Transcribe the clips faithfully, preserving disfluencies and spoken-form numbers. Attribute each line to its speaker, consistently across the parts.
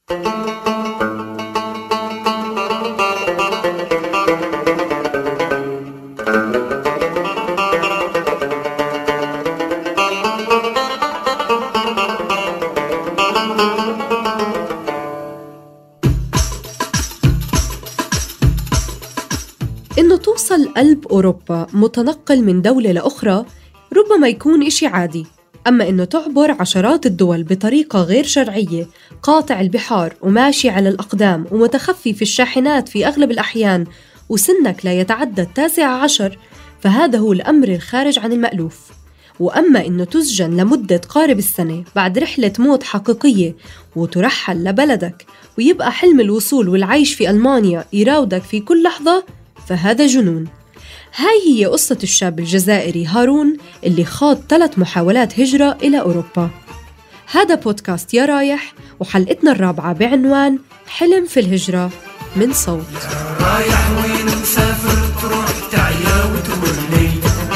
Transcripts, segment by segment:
Speaker 1: إنه توصل قلب أوروبا متنقل من دولة لأخرى ربما يكون إشي عادي، أما إنه تعبر عشرات الدول بطريقة غير شرعية، قاطع البحار وماشي على الأقدام ومتخفي في الشاحنات في أغلب الأحيان، وسنك لا يتعدى التاسع عشر، فهذا هو الأمر الخارج عن المألوف. وأما إنه تسجن لمدة قارب السنة بعد رحلة موت حقيقية وترحل لبلدك ويبقى حلم الوصول والعيش في ألمانيا يراودك في كل لحظة، فهذا جنون. هاي هي قصة الشاب الجزائري هارون اللي خاض ثلاث محاولات هجرة إلى أوروبا. هذا بودكاست يا رايح، وحلقتنا الرابعة بعنوان حلم في الهجرة من صوت.
Speaker 2: رايح وين مسافر تروح تعيا وتولي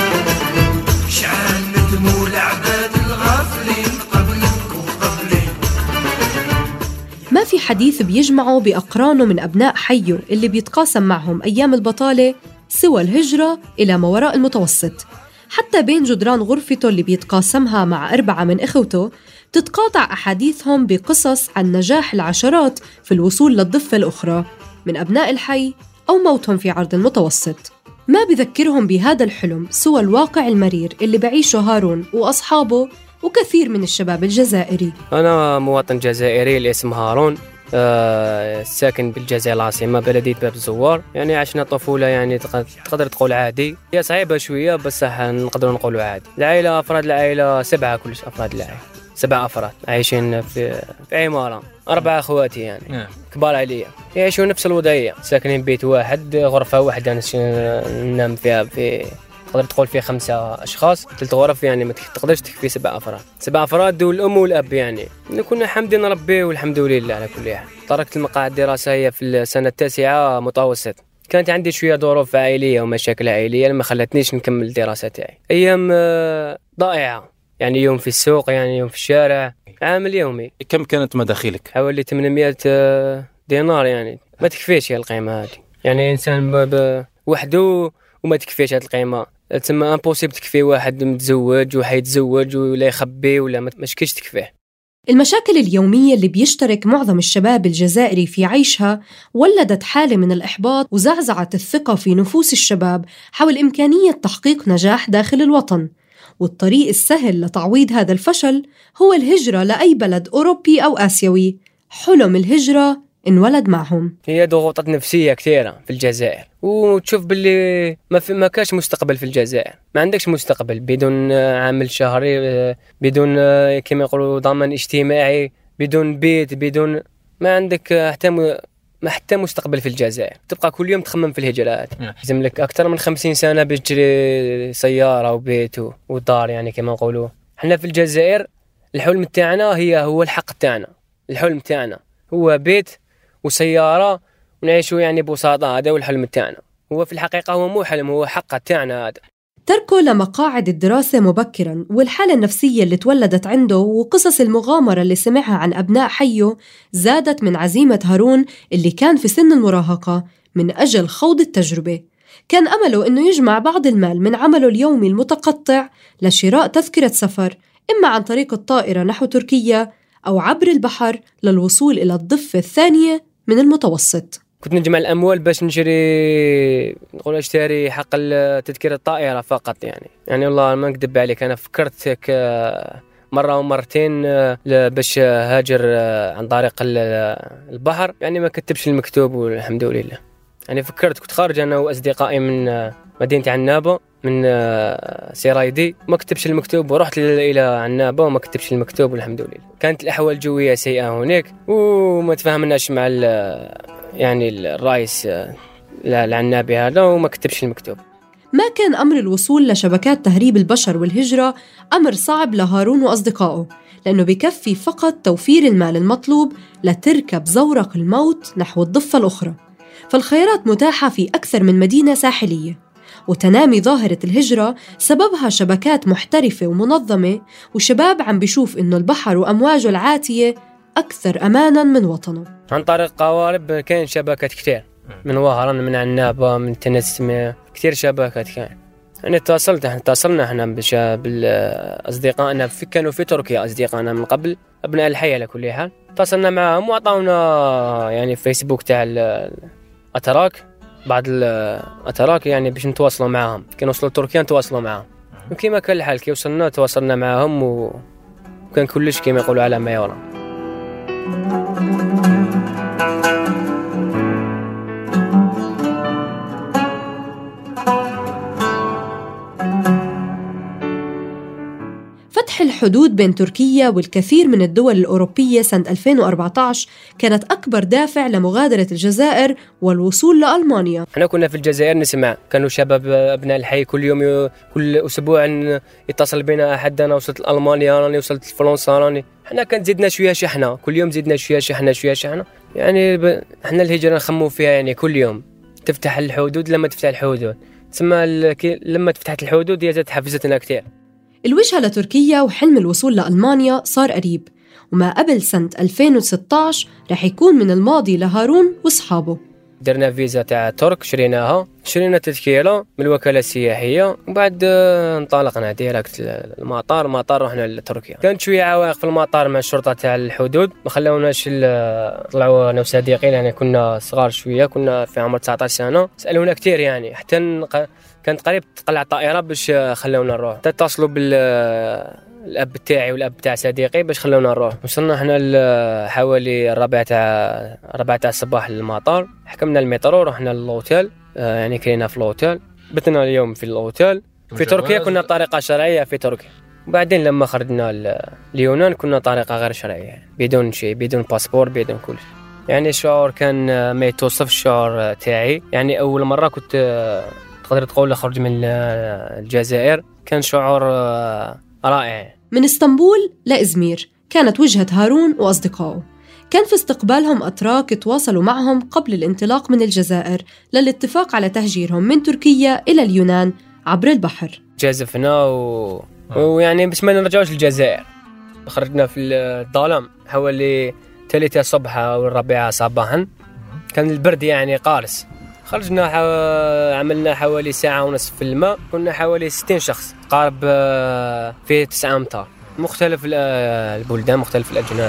Speaker 2: شعال ندمو لعباد الغافلين قبلك وقبلي.
Speaker 1: ما في حديث بيجمعه بأقرانه من أبناء حيه اللي بيتقاسم معهم أيام البطالة سوى الهجرة إلى ما وراء المتوسط. حتى بين جدران غرفته اللي بيتقاسمها مع أربعة من إخوته تتقاطع أحاديثهم بقصص عن نجاح العشرات في الوصول للضفة الأخرى من أبناء الحي أو موتهم في عرض المتوسط. ما بذكرهم بهذا الحلم سوى الواقع المرير اللي بعيشه هارون وأصحابه وكثير من الشباب الجزائري.
Speaker 3: أنا مواطن جزائري اللي اسمه هارون، أه ساكن بالجزائر العاصمة بلدية باب الزوار. يعني عشنا طفولة يعني تقدر تقول عادي، هي صعيبة شوية بس نقدر نقول عادي. العائلة أفراد العائلة سبعة، كلش أفراد العائلة سبعة أفراد عايشين في في عمارة، أربعة أخواتي يعني كبار عليا يعيشون نفس الوضعية، ساكنين بيت واحد غرفة واحدة ننام فيها، في تقدر تقول فيها خمسة أشخاص، ثلاث غرف يعني ما تقدرش تكفي سبع أفراد سبع أفراد والأم والأب. يعني كنا حامدين ربي والحمد لله على كل حال. تركت المقاعد الدراسية في السنة التاسعة متوسط، كانت عندي شوية ظروف عائلية ومشاكل عائلية ما خلتنيش نكمل الدراسة تاعي. أيام ضائعة، يعني يوم في السوق، يعني يوم في الشارع، عامل يومي.
Speaker 4: كم كانت مداخيلك؟
Speaker 3: حوالي ثمانمائة دينار، يعني ما تكفيش هي القيمة هذه. يعني إنسان وحده وما تكفيش هذه القيمة، تسمى امبوسيبل تكفي واحد متزوج وحيتزوج ولا يخبي ولا مشكيش تكفيه.
Speaker 1: المشاكل اليومية اللي بيشترك معظم الشباب الجزائري في عيشها ولدت حالة من الإحباط وزعزعت الثقة في نفوس الشباب حول إمكانية تحقيق نجاح داخل الوطن. والطريق السهل لتعويض هذا الفشل هو الهجرة لأي بلد أوروبي أو آسيوي. حلم الهجرة انولد معهم.
Speaker 3: هي ضغوطات نفسية كثيرة في الجزائر، وتشوف باللي ما في ما كاش مستقبل في الجزائر، ما عندكش مستقبل بدون عمل شهري، بدون كما يقولوا ضمان اجتماعي، بدون بيت، بدون ما عندك حتى م... ما حتى مستقبل في الجزائر. تبقى كل يوم تخمم في الهجرة هذه. لازم لك أكثر من خمسين سنة باش تشري سيارة وبيت ودار. يعني كما نقولوا احنا في الجزائر الحلم تاعنا هي هو الحق تاعنا، الحلم تاعنا هو بيت وسيارة ونعيشوا يعني ببساطة. هذا هو الحلم تاعنا، هو في الحقيقة هو مو حلم، هو حق تاعنا هذا.
Speaker 1: تركه لمقاعد الدراسة مبكراً والحالة النفسية اللي تولدت عنده وقصص المغامرة اللي سمعها عن أبناء حيه زادت من عزيمة هارون اللي كان في سن المراهقة من أجل خوض التجربة. كان أمله أنه يجمع بعض المال من عمله اليومي المتقطع لشراء تذكرة سفر، إما عن طريق الطائرة نحو تركيا أو عبر البحر للوصول إلى الضفة الثانية من المتوسط.
Speaker 3: كنت نجمع الأموال باش نشري نقول اشتري حق تذكرة الطائرة فقط. يعني يعني والله ما نكذب عليك، أنا فكرت مرة ومرتين باش هاجر عن طريق البحر، يعني ما كتبش المكتوب والحمد لله. يعني فكرت، كنت خارج أنا وأصدقائي من مدينة عنابة من سيرايدي، ما كتبش المكتوب ورحت إلى عنابة وما كتبش المكتوب والحمد لله. كانت الأحوال الجوية سيئة هناك وما تفاهمناش مع يعني الرئيس العنابي هذا وما كتبش المكتوب.
Speaker 1: ما كان أمر الوصول لشبكات تهريب البشر والهجرة أمر صعب لهارون وأصدقائه، لأنه بكفي فقط توفير المال المطلوب لتركب زورق الموت نحو الضفة الأخرى. فالخيارات متاحة في أكثر من مدينة ساحلية، وتنامي ظاهرة الهجرة سببها شبكات محترفة ومنظمة، وشباب عم بيشوف إنه البحر وأمواجه العاتية أكثر أماناً من وطنه.
Speaker 3: عن طريق قوارب كاين شبكات كتير، من وهران، من عنابة، من تنس، كتير شبكات كاين. يعني اتصلت احنا اتصلنا احنا بالاصدقائنا في كانوا في تركيا، اصدقائنا من قبل ابناء الحي على كل حال، اتصلنا معهم وعطاونا يعني فيسبوك تاع الاتراك، بعض الاتراك يعني باش نتواصلوا معهم. كي نوصلوا لتركيا نتواصلوا معهم، وكيما كان الحال كي وصلنا تواصلنا معهم وكان كلش كيما يقولوا على ما يرام.
Speaker 1: فتح الحدود بين تركيا والكثير من الدول الأوروبية سنة ألفين وأربعة عشر كانت أكبر دافع لمغادرة الجزائر والوصول لألمانيا.
Speaker 3: احنا كنا في الجزائر نسمع، كانوا شباب ابناء الحي كل يوم ي... كل اسبوع يتصل بنا احد، انا وصلت لألمانيا، راني وصلت لفرنسا، راني احنا كانت زدنا شويه شحنه، كل يوم زدنا شويه شحنه شويه شحنه يعني ب... احنا الهجره نخمو فيها يعني كل يوم. تفتح الحدود، لما تفتح الحدود تسمى ال... لما فتحت الحدود هي حفزتنا كثير.
Speaker 1: الوجهة لتركيا وحلم الوصول لألمانيا صار قريب، وما قبل سنة ألفين وستة عشر رح يكون من الماضي لهارون وأصحابه.
Speaker 3: درنا فيزا تاع ترك، شريناها، شرينا تذكرة من الوكالة السياحية، وبعد انطلقنا ديريكت المطار. مطار رحنا لتركيا. كانت شوية عوائق في المطار مع الشرطة تاع الحدود، ما خلاوناش نطلعوا انا وصديقي، يعني كنا صغار شوية، كنا في عمر تسعة عشر سنة. سألونا كتير يعني، حتى نق... كانت قريب تقلع الطائرة باش خلاونا نروح، تتصلوا بال الاب تاعي والاب تاع صديقي باش خلونا نروح. وصلنا احنا حوالي الربع تاع الربع تاع الصباح للمطار، حكمنا المترو، رحنا للأوتيل، آه يعني كلينا في الأوتيل، بتنا اليوم في الأوتيل. في تركيا كنا طريقة شرعية في تركيا، وبعدين لما خرجنا اليونان كنا طريقة غير شرعية، بدون شيء، بدون باسبور، بدون كل شيء. يعني الشعور كان ما يتوصف الشعور تاعي. يعني أول مرة كنت تقدر تقول أخرج من الجزائر، كان شعور رائع.
Speaker 1: من اسطنبول لإزمير كانت وجهة هارون وأصدقائه. كان في استقبالهم أتراك تواصلوا معهم قبل الانطلاق من الجزائر للاتفاق على تهجيرهم من تركيا إلى اليونان عبر البحر.
Speaker 3: جازفنا و... ويعني بس ما نرجعوش الجزائر. خرجنا في الظلام حوالي ثلاثة صباحا أو الرابعة صباحا، كان البرد يعني قارس. خرجنا حو... عملنا حوالي ساعة ونصف في الماء، كنا حوالي ستين شخص، قارب في تسعة أمتار، مختلف البلدان، مختلف الأجناس.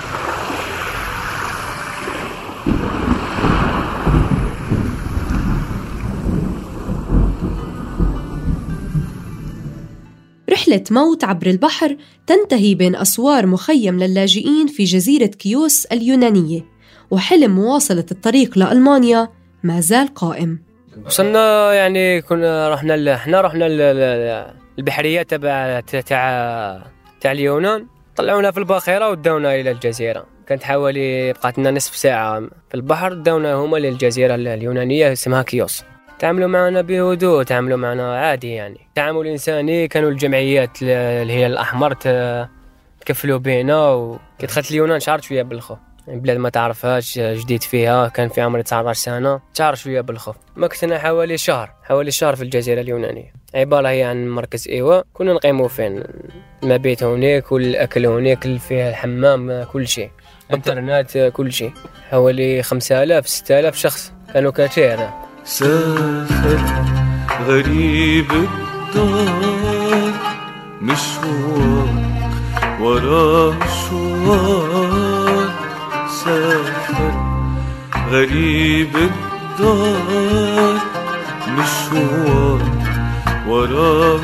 Speaker 1: رحلة موت عبر البحر تنتهي بين أسوار مخيم للاجئين في جزيرة كيوس اليونانية، وحلم مواصلة الطريق لألمانيا ما زال قائم.
Speaker 3: وصلنا يعني كنا رحنا احنا رحنا البحرية تبع تاع تاع اليونان، طلعونا في الباخرة وداونا إلى الجزيرة. كانت حوالي بقاتنا نصف ساعة في البحر، داونا هما للجزيرة اليونانية اسمها كيوس. تعاملوا معنا بهدوء، تعاملوا معنا عادي، يعني تعامل إنساني. كانوا الجمعيات الهلال الأحمر تكفلوا بينا، وكي دخلت اليونان شعرت شوية بالخوف، يعني بلاد ما تعرفهاش، جديد فيها، كان في عمري تسعة عشر سنة، شعر شوية بالخوف. مكثنا حوالي شهر حوالي شهر في الجزيرة اليونانية. عبارة هي عن مركز إيواء، كنا نقيموا فين، المبيت هناك والأكل هناك، فيها الحمام، كل شيء، انترنت، كل شيء. حوالي خمسة آلاف ستة آلاف شخص، كانوا كثير.
Speaker 2: سافر غريب الدار، مشوار وراه مشوار. سافر غريب الدار، مشوار وراه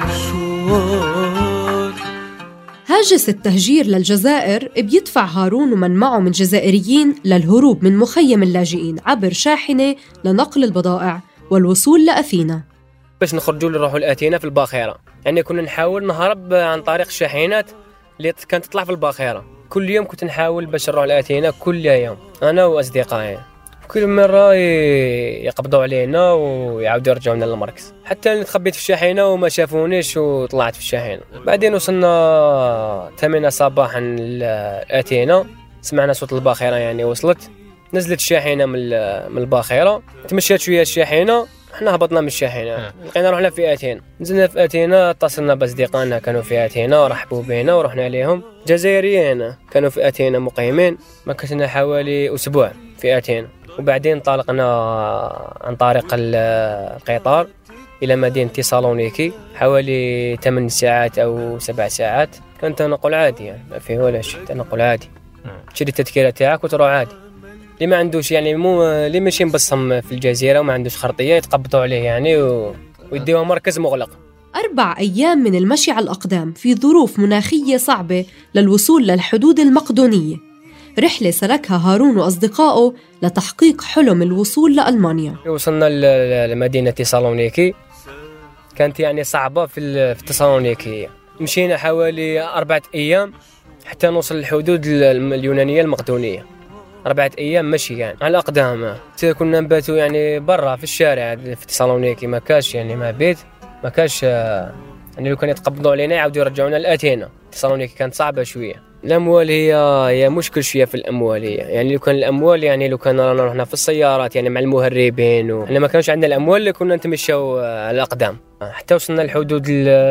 Speaker 2: مشوار.
Speaker 1: هاجس التهجير للجزائر بيدفع هارون ومن معه من جزائريين للهروب من مخيم اللاجئين عبر شاحنة لنقل البضائع والوصول لأثينا.
Speaker 3: باش نخرجوا نروحوا لأثينا في الباخرة، يعني كنا نحاول نهرب عن طريق الشاحنات اللي كانت تطلع في الباخرة. كل يوم كنت نحاول باش نروح لأثينا، كل يوم أنا وأصدقائي. كل مرة يقبضوا علينا ويعاودوا يرجعونا للمركز، حتى تخبيت في الشاحنة وما شافونيش وطلعت في الشاحنة. بعدين وصلنا ثمانية صباحا لأثينا، سمعنا صوت الباخرة يعني وصلت، نزلت الشاحنة من من الباخرة، تمشيت شوية الشاحنة، احنا هبطنا من الشاحنه، لقينا رحنا في اتينا، نزلنا في اتينا، اتصلنا باصدقائنا كانوا في اتينا ورحبوا بينا ورحنا عليهم. جزائريين كانوا في اتينا مقيمين، مكثنا حوالي اسبوع في اتينا، وبعدين انطلقنا عن طريق القطار الى مدينه تيسالونيكي حوالي ثمان ساعات او سبع ساعات. كان تنقل عادي يعني ما فيه ولا شيء، تنقل عادي، تشري التذكره تاعك وتروح عادي. اللي ما عندوش يعني مو اللي ماشي مبصم في الجزيره وما عندوش خرطيه يتقبضوا عليه يعني و... ويديوه مركز مغلق.
Speaker 1: أربع أيام من المشي على الأقدام في ظروف مناخية صعبة للوصول للحدود المقدونية، رحلة سلكها هارون وأصدقائه لتحقيق حلم الوصول لألمانيا.
Speaker 3: وصلنا لمدينة تيسالونيكي، كانت يعني صعبة في تيسالونيكي، مشينا حوالي أربعة أيام حتى نوصل للحدود اليونانية المقدونية. أربعة أيام مشي يعني على أقدام. كنا نباتوا يعني برا في الشارع في تيسالونيكي، ما كاش يعني ما بيت، ما كاش يعني لو كانوا يتقبضوا علينا يعاودوا يرجعونا لأتينا. تيسالونيكي كانت صعبة شوية. الأموال هي هي مشكل شوية في الأموال هي. يعني لو كان الأموال يعني لو كان رانا رحنا في السيارات يعني مع المهربين وإحنا ما كانش عندنا الأموال اللي كنا نتمشوا على الأقدام حتى وصلنا للحدود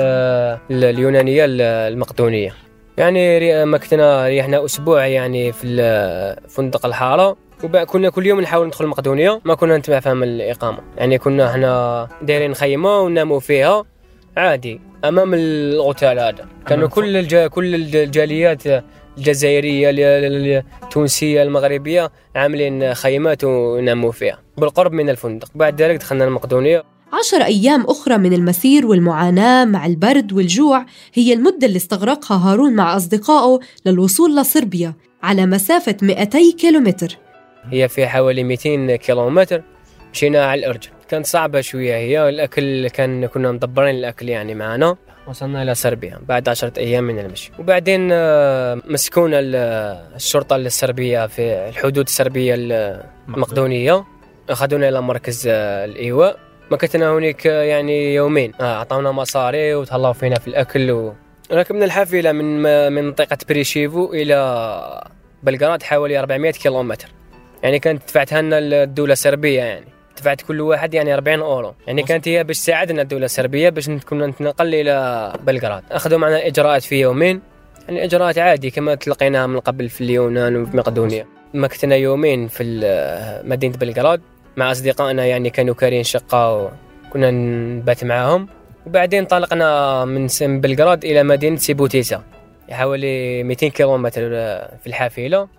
Speaker 3: اليونانية المقدونية. يعني مكتنا ريحنا أسبوع يعني في فندق الحارة، وكنا كل يوم نحاول ندخل المقدونية، ما كنا نتبع فهم الإقامة. يعني كنا احنا دايرين خيمة ونناموا فيها عادي أمام الأوتيل هذا. كانوا كل الج... كل الجاليات الجزائرية التونسية المغربية عاملين خيمات ونناموا فيها بالقرب من الفندق. بعد ذلك دخلنا المقدونية.
Speaker 1: عشر أيام أخرى من المسير والمعاناة مع البرد والجوع هي المدة اللي استغرقها هارون مع أصدقائه للوصول لصربيا على مسافة مئتي كيلومتر.
Speaker 3: هي في حوالي مئتين كيلومتر. مشينا على الأرجل، كانت صعبة شوية هي. الأكل كان كنا مدبرين الأكل يعني معنا. وصلنا إلى صربيا بعد عشرة أيام من المشي، وبعدين مسكونا الشرطة الصربية في الحدود الصربية المقدونية، أخذونا إلى مركز الإيواء. مكثنا هناك يعني يومين، أعطونا مصاري وتهلاو فينا في الأكل و... ركبنا الحافلة من من منطقة بريشيفو إلى بلغراد حوالي أربعمئة كيلومتر. يعني كانت دفعتها لنا الدولة الصربية، يعني دفعت كل واحد يعني أربعين أورو. يعني كانت هي باش تساعدنا الدولة الصربية باش كنا نتنقل إلى بلغراد. أخذوا معنا إجراءات في يومين، يعني إجراءات عادي كما تلقيناها من قبل في اليونان وفي مقدونيا. مكثنا يومين في مدينة بلغراد مع أصدقائنا، يعني كانوا كارين شقة وكنا نبات معاهم. وبعدين انطلقنا من بلغراد إلى مدينة سيبوتيسا حوالي مئتين كيلومتر في الحافلة.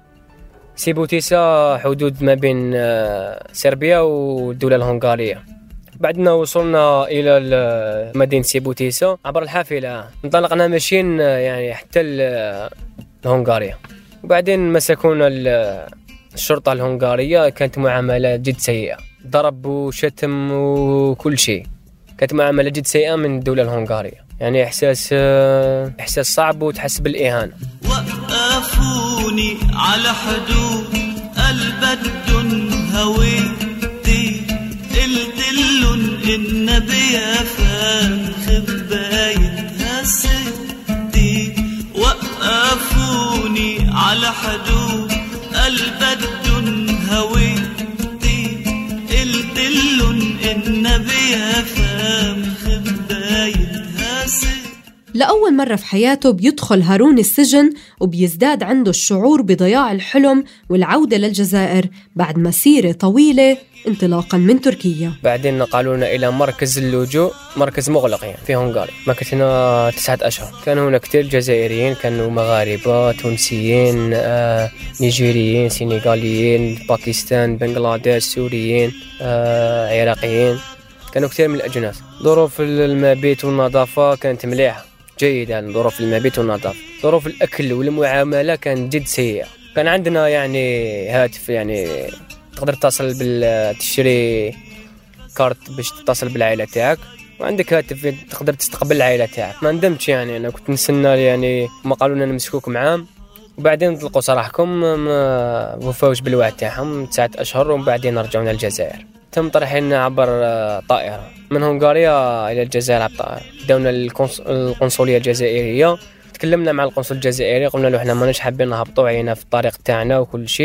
Speaker 3: سيبوتيسا حدود ما بين صربيا والدولة الهنغارية. بعدنا وصلنا إلى مدينة سيبوتيسا عبر الحافلة، انطلقنا ماشيين يعني حتى الهنغارية. وبعدين مسكونا الشرطة الهنغارية، كانت معاملة جد سيئة، ضرب وشتم وكل شيء. كانت معاملة جد سيئة من الدولة الهنغارية، يعني إحساس إحساس صعب وتحس بالإهانة.
Speaker 2: وقفوني على حدود البد هويتي، قلت لهم النبي فان خبايتها ستي. وقفوني على حدود البد هويتي، قلت لهم النبي فان خبايتها ستي.
Speaker 1: لأول مرة في حياته بيدخل هارون السجن، وبيزداد عنده الشعور بضياع الحلم والعودة للجزائر بعد مسيرة طويلة انطلاقاً من تركيا.
Speaker 3: بعدين نقلونا إلى مركز اللجوء، مركز مغلق يعني في هنغاريا. مكثنا تسعة أشهر. كانوا هنا كتير جزائريين، كانوا مغاربة، تونسيين، آه، نيجيريين، سنغاليين، باكستان، بنغلاديش، سوريين، آه، عراقيين، كانوا كتير من الأجناس. ظروف المبيت والنظافة كانت مليحة جيدة. ظروف المبيت والنظافة، ظروف الأكل والمعاملة كانت جد سيئة. كان عندنا يعني هاتف، يعني تقدر تتصل بال تشتري كارت باش تتصل بالعائلة تاعك، وعندك هاتف تقدر تستقبل العائلة تاعك. ما ندمتش يعني، أنا كنت نستنى يعني ما قالوا لنا نمسكوك معاهم، وبعدين تلقوا صراحكم ما وفاوش بالوعد تاعهم تسعة أشهر، وبعدين رجعونا الجزائر. تم طرحنا عبر طائرة من هنغاريا إلى الجزائر عبر طائرة. داونا القنصلية الجزائرية، تكلمنا مع القنصل الجزائري، قلنا له احنا ماناش حابين نهبطوا، عينا في الطريق تاعنا وكل شيء،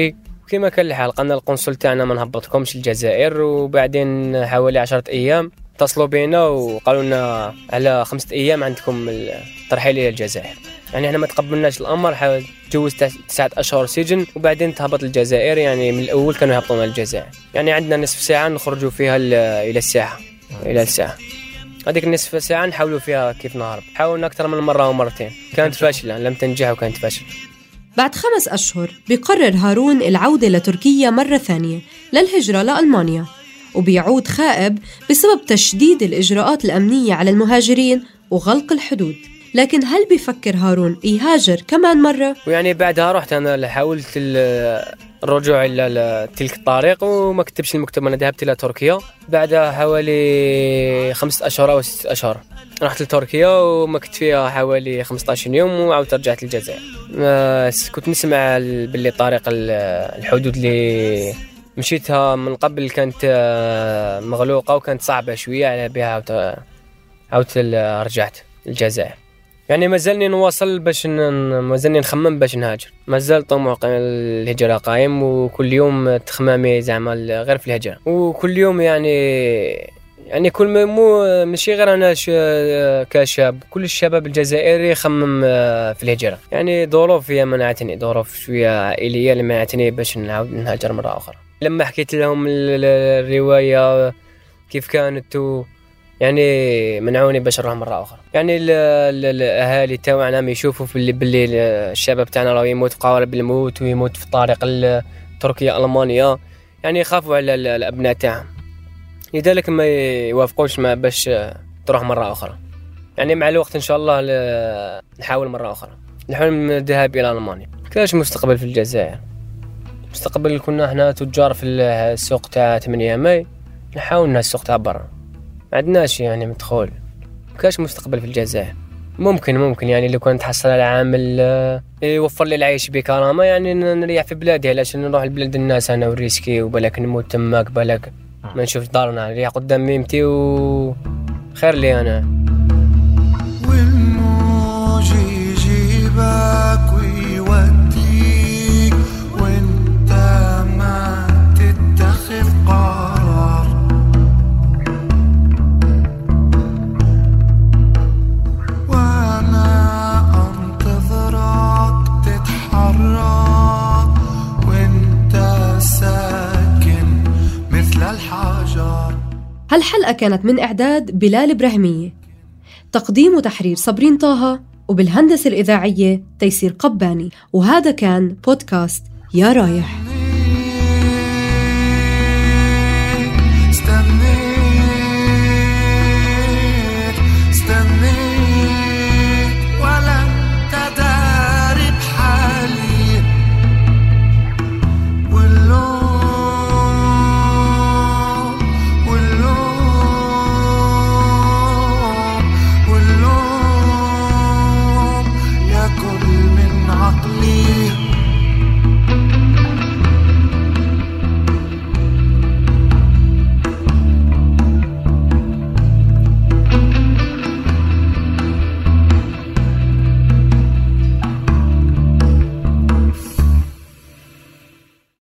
Speaker 3: كما كان الحال قلنا القنصل تاعنا ما نهبطكمش الجزائر، وبعدين حوالي عشرة ايام اتصلوا بينا وقالوا لنا على خمسة ايام عندكم الترحيل الى الجزائر. يعني احنا ما تقبلناش الامر، حاول تجوز تسعة اشهر سجن وبعدين تهبط الجزائر. يعني من الاول كانوا يهبطونا الجزائر، يعني عندنا نصف ساعه نخرجوا فيها الى الساحه الى الساحه. هذيك النصف ساعه نحاولوا فيها كيف نهرب. حاولنا اكثر من مره ومرتين، كانت فاشله، لم تنجح وكانت فاشله.
Speaker 1: بعد خمس أشهر بيقرر هارون العودة لتركيا مرة ثانية للهجرة لألمانيا، وبيعود خائب بسبب تشديد الإجراءات الأمنية على المهاجرين وغلق الحدود. لكن هل بيفكر هارون يهاجر كمان مرة؟
Speaker 3: ويعني بعدها رحت أنا حاولت الرجوع إلى تلك الطريق وما كتبش المكتب. أنا ذهبت إلى تركيا بعدها حوالي خمسة أشهر أو ستة أشهر. رحت لتركيا ومكت فيها حوالي خمسة عشر يوم وعاودت رجعت للجزائر. كنت نسمع باللي طريق الحدود اللي مشيتها من قبل كانت مغلوقة وكانت صعبة شوية، على بها عاودت رجعت الجزائر. يعني مازالني نواصل باش مازالني نخمم باش نهاجر، مازال طموح الهجرة قائم، وكل يوم تخمامي زعما غير في الهجرة. وكل يوم يعني يعني كل مو ماشي غير انا كشاب، كل الشباب الجزائري يخمم في الهجرة. يعني ظروف هي منعتني، ظروف شوية عائلية اللي منعتني باش نعاود نهاجر مرة أخرى. لما حكيت لهم الرواية كيف كانت يعني منعوني باش نروح مرة أخرى. يعني الأهالي تاعنا يشوفوا باللي باللي الشباب تاعنا راه يموت قارب الموت ويموت في طريق تركيا ألمانيا، يعني يخافوا على الأبناء تاعهم، لذلك ما يوافقوش ما باش تروح مرة أخرى. يعني مع الوقت إن شاء الله نحاول مرة أخرى، نحاول الذهاب إلى ألمانيا. كاش مستقبل في الجزائر، مستقبل كنا احنا تجار في السوق تاع ثمانية ماي، نحاول نها السوق تاع برا، ما عندناش يعني مدخول. كاش مستقبل في الجزائر. ممكن ممكن يعني لو كنت حصل على عامل يوفر لي العيش بكرامة، يعني نريح في بلادي، علاش نروح لبلاد الناس أنا وريسكي وبالك نموت تماك، بالك ما نشوف دارنا، نريح قدام ميمتي وخير لي أنا.
Speaker 2: والموج يجيبك ويوديك وانت ما تتخذ قرار، وانا انتظرك تتحرك وانت ساكن مثل الحجر.
Speaker 1: هالحلقة كانت من إعداد بلال إبراهيمية، تقديم وتحرير صبرين طه، وبالهندسة الإذاعية تيسير قباني. وهذا كان بودكاست يا رايح.